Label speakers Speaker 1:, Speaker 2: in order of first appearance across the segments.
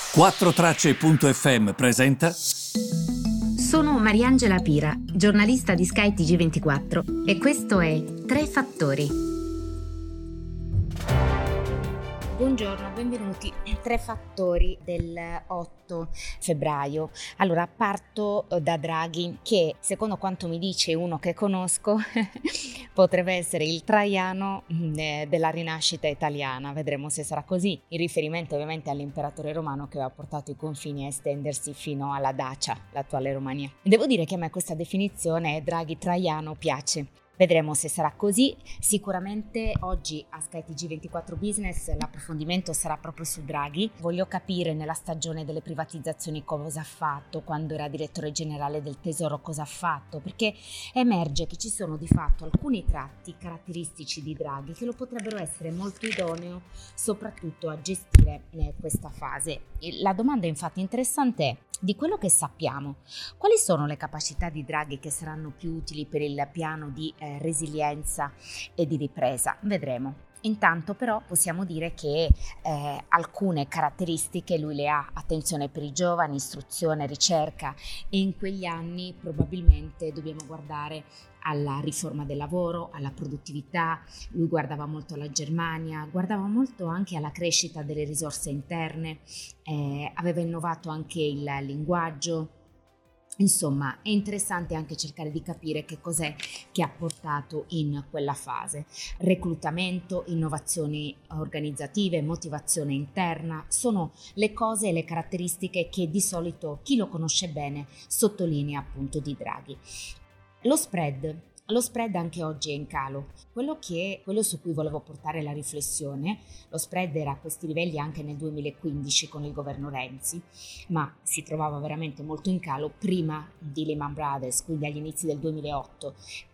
Speaker 1: 4Tracce.fm presenta.
Speaker 2: Sono Mariangela Pira, giornalista di Sky TG24 e questo è Tre Fattori. Buongiorno, benvenuti. Tre fattori del 8 febbraio. Allora, parto da Draghi, che secondo quanto mi dice uno che conosco potrebbe essere il Traiano della rinascita italiana. Vedremo se sarà così, in riferimento ovviamente all'imperatore romano che aveva portato i confini a estendersi fino alla Dacia, l'attuale Romania. Devo dire che a me questa definizione Draghi Traiano piace. Vedremo se sarà così. Sicuramente oggi a Sky TG24 Business l'approfondimento sarà proprio su Draghi. Voglio capire nella stagione delle privatizzazioni cosa ha fatto, quando era direttore generale del Tesoro cosa ha fatto, perché emerge che ci sono di fatto alcuni tratti caratteristici di Draghi che lo potrebbero essere molto idoneo soprattutto a gestire questa fase. La domanda infatti interessante è: di quello che sappiamo, quali sono le capacità di Draghi che saranno più utili per il piano di resilienza e di ripresa? Vedremo. Intanto però possiamo dire che alcune caratteristiche lui le ha: attenzione per i giovani, istruzione, ricerca, e in quegli anni probabilmente dobbiamo guardare alla riforma del lavoro, alla produttività. Lui guardava molto alla Germania, guardava molto anche alla crescita delle risorse interne, aveva innovato anche il linguaggio. Insomma, è interessante anche cercare di capire che cos'è che ha portato in quella fase. Reclutamento, innovazioni organizzative, motivazione interna, sono le cose e le caratteristiche che di solito chi lo conosce bene sottolinea appunto di Draghi. Lo spread anche oggi è in calo. Quello su cui volevo portare la riflessione, lo spread era a questi livelli anche nel 2015 con il governo Renzi, ma si trovava veramente molto in calo prima di Lehman Brothers, quindi agli inizi del 2008,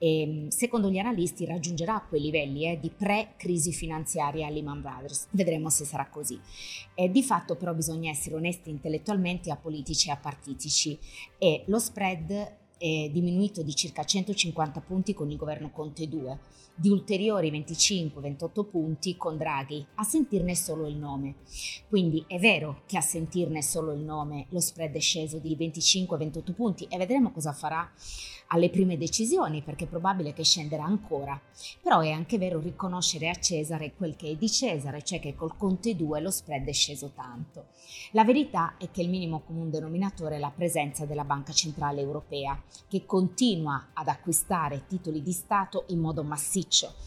Speaker 2: e secondo gli analisti raggiungerà quei livelli di pre-crisi finanziaria a Lehman Brothers. Vedremo se sarà così. Di fatto però bisogna essere onesti intellettualmente, apolitici e apartitici, e lo spread è diminuito di circa 150 punti con il governo Conte 2, di ulteriori 25-28 punti con Draghi, a sentirne solo il nome. Quindi è vero che a sentirne solo il nome lo spread è sceso di 25-28 punti e vedremo cosa farà alle prime decisioni, perché è probabile che scenderà ancora. Però è anche vero riconoscere a Cesare quel che è di Cesare, cioè che col Conte 2 lo spread è sceso tanto. La verità è che il minimo comune denominatore è la presenza della Banca Centrale Europea, che continua ad acquistare titoli di Stato in modo massiccio.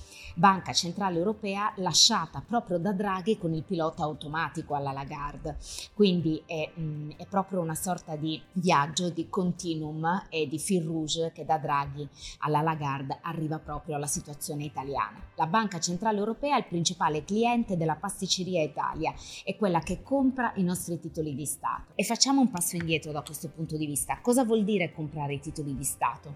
Speaker 2: Banca Centrale Europea lasciata proprio da Draghi con il pilota automatico alla Lagarde, quindi è proprio una sorta di viaggio di continuum e di fil rouge che da Draghi alla Lagarde arriva proprio alla situazione italiana. La Banca Centrale Europea è il principale cliente della pasticceria Italia, è quella che compra i nostri titoli di Stato. E facciamo un passo indietro da questo punto di vista. Cosa vuol dire comprare i titoli di Stato?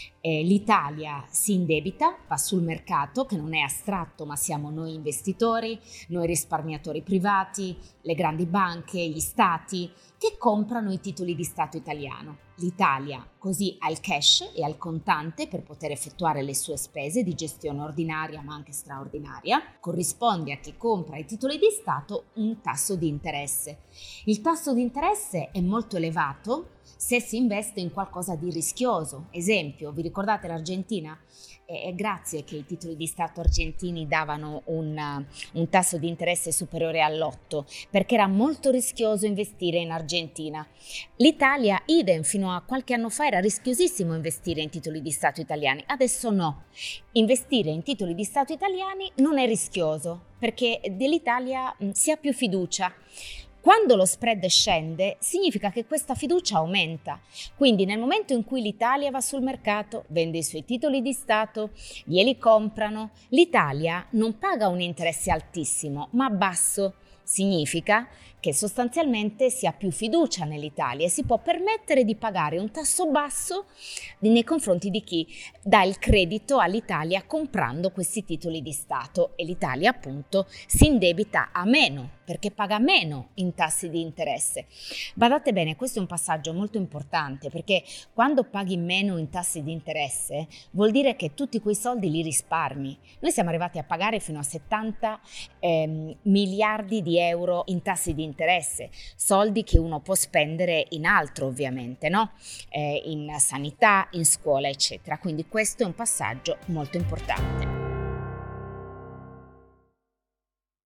Speaker 2: L'Italia si indebita, va sul mercato, che non è astratto, ma siamo noi investitori, noi risparmiatori privati, le grandi banche, gli stati, che comprano i titoli di Stato italiano. L'Italia così ha il cash e ha il contante per poter effettuare le sue spese di gestione ordinaria ma anche straordinaria. Corrisponde a chi compra i titoli di Stato un tasso di interesse. Il tasso di interesse è molto elevato se si investe in qualcosa di rischioso. Esempio, vi ricordate l'Argentina? È grazie che i titoli di Stato argentini davano un tasso di interesse superiore all'8, perché era molto rischioso investire in Argentina. L'Italia, idem, fino a qualche anno fa era rischiosissimo investire in titoli di Stato italiani, adesso no. Investire in titoli di Stato italiani non è rischioso, perché dell'Italia si ha più fiducia. Quando lo spread scende, significa che questa fiducia aumenta. Quindi nel momento in cui l'Italia va sul mercato, vende i suoi titoli di Stato, glieli comprano, l'Italia non paga un interesse altissimo, ma basso. Significa che sostanzialmente si ha più fiducia nell'Italia e si può permettere di pagare un tasso basso nei confronti di chi dà il credito all'Italia comprando questi titoli di Stato, e l'Italia appunto si indebita a meno perché paga meno in tassi di interesse. Badate bene, questo è un passaggio molto importante, perché quando paghi meno in tassi di interesse vuol dire che tutti quei soldi li risparmi. Noi siamo arrivati a pagare fino a 70 miliardi di euro in tassi di interesse, soldi che uno può spendere in altro ovviamente, no? In sanità, in scuola, eccetera. Quindi questo è un passaggio molto importante.